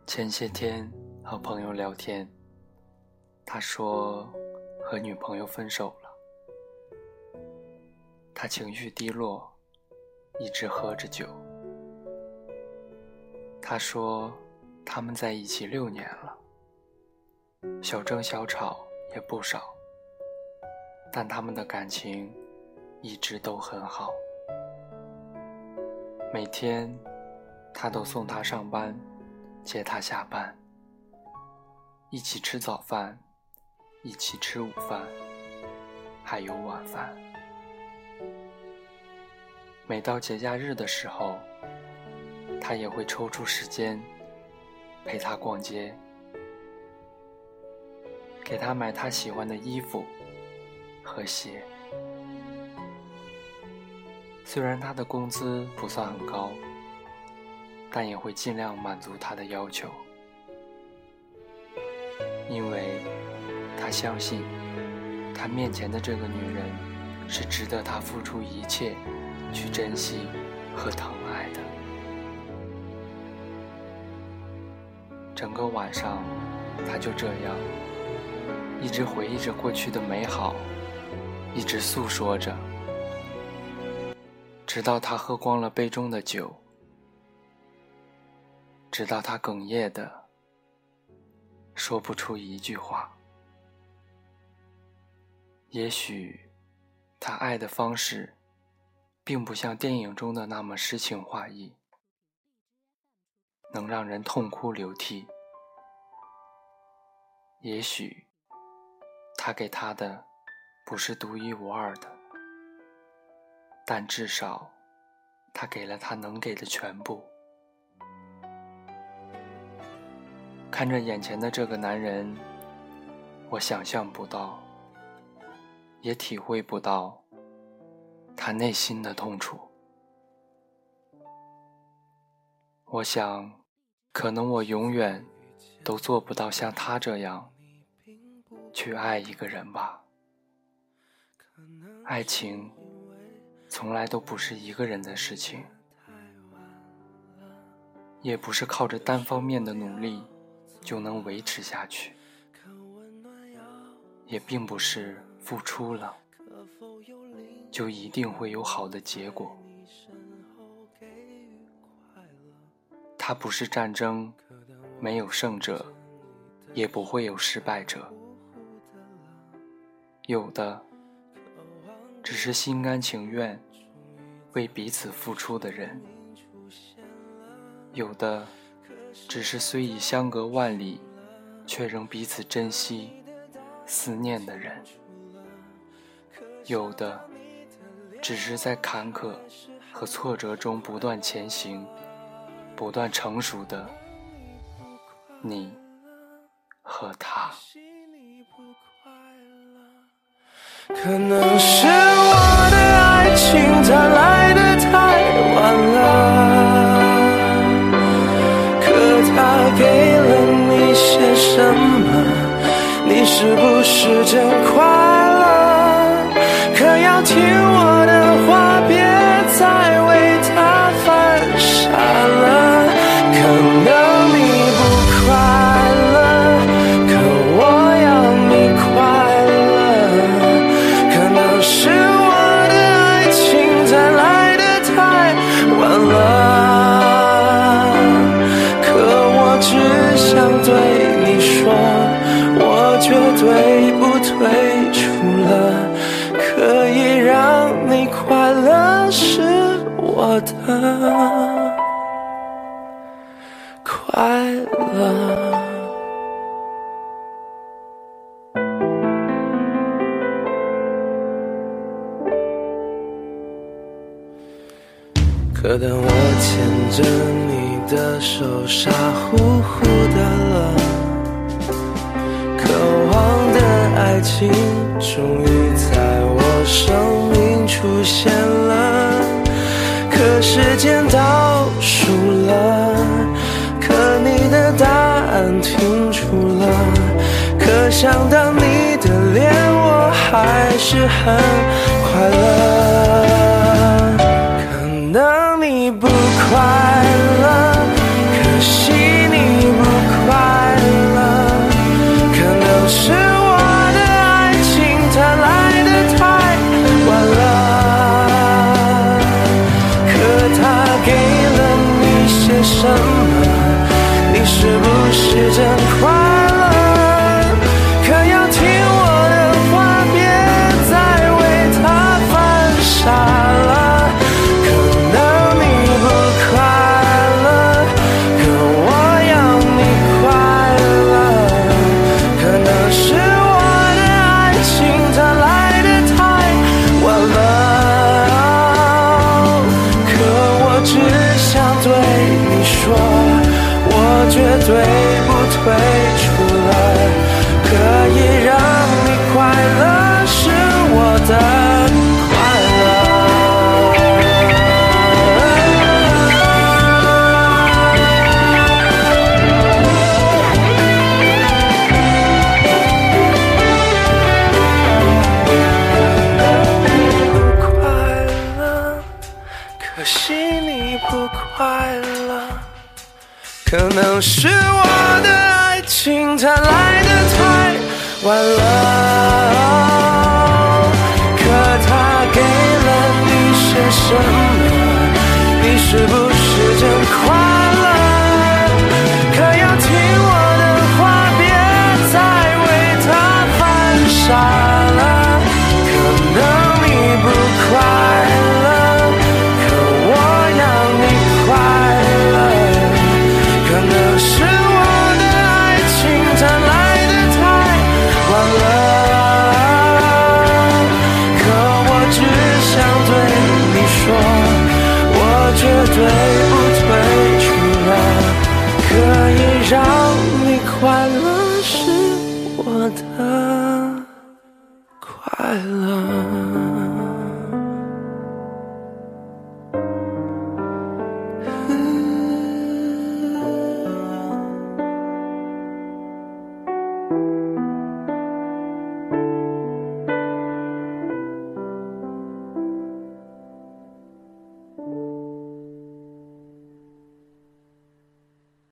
前些天和朋友聊天，他说和女朋友分手了。他情绪低落，一直喝着酒。他说他们在一起6年了，小争小吵也不少，但他们的感情一直都很好。每天他都送她上班，接她下班，一起吃早饭，一起吃午饭，还有晚饭。每到节假日的时候，他也会抽出时间陪她逛街，给她买她喜欢的衣服和鞋。虽然他的工资不算很高，但也会尽量满足他的要求，因为他相信他面前的这个女人是值得他付出一切去珍惜和疼爱的。整个晚上他就这样一直回忆着过去的美好，一直诉说着，直到他喝光了杯中的酒，直到他哽咽的说不出一句话。也许他爱的方式并不像电影中的那么诗情画意，能让人痛哭流涕。也许他给他的不是独一无二的，但至少他给了他能给的全部。看着眼前的这个男人，我想象不到，也体会不到他内心的痛楚。我想可能我永远都做不到像他这样去爱一个人吧。爱情从来都不是一个人的事情，也不是靠着单方面的努力就能维持下去，也并不是付出了就一定会有好的结果。它不是战争，没有胜者，也不会有失败者，有的只是心甘情愿为彼此付出的人，有的只是虽已相隔万里，却仍彼此珍惜思念的人，有的只是在坎坷和挫折中不断前行，不断成熟的你和他。 可能是我的爱情它来得太晚了，可它给了你些什么？你是不是真快乐？可要听我的话，别再为它犯傻了。可能你不快乐，可我要你快乐。可能是我的爱情才来得太晚了，可我只想对你说，我绝对不退出了。可以让你快乐是我的快乐。可当我牵着你的手傻乎乎的了，渴望的爱情终于在我生命出现了，可时间倒数了，可你的答案停住了，可想到你的脸我还是很快乐。可能你不快乐，可惜你不什么？你是不是真快乐？可要听我的话，别再为他犯傻了。可能你不快乐，可我要你快乐。可能是我的爱情它来得太晚了，可我只想对你说，我绝对不退出了。可以让你快乐是我的快乐。不快乐，可惜你不快乐。可能是我的爱情它来得太晚了，可它给了你些什么？你是不是真快乐？可要听我的话，别再为它犯傻了。可能你不快乐，可我要你快乐。可能是我的爱情它来得太晚了，可我只想对你说，我绝对不退出了。可以让你快乐是我的快乐。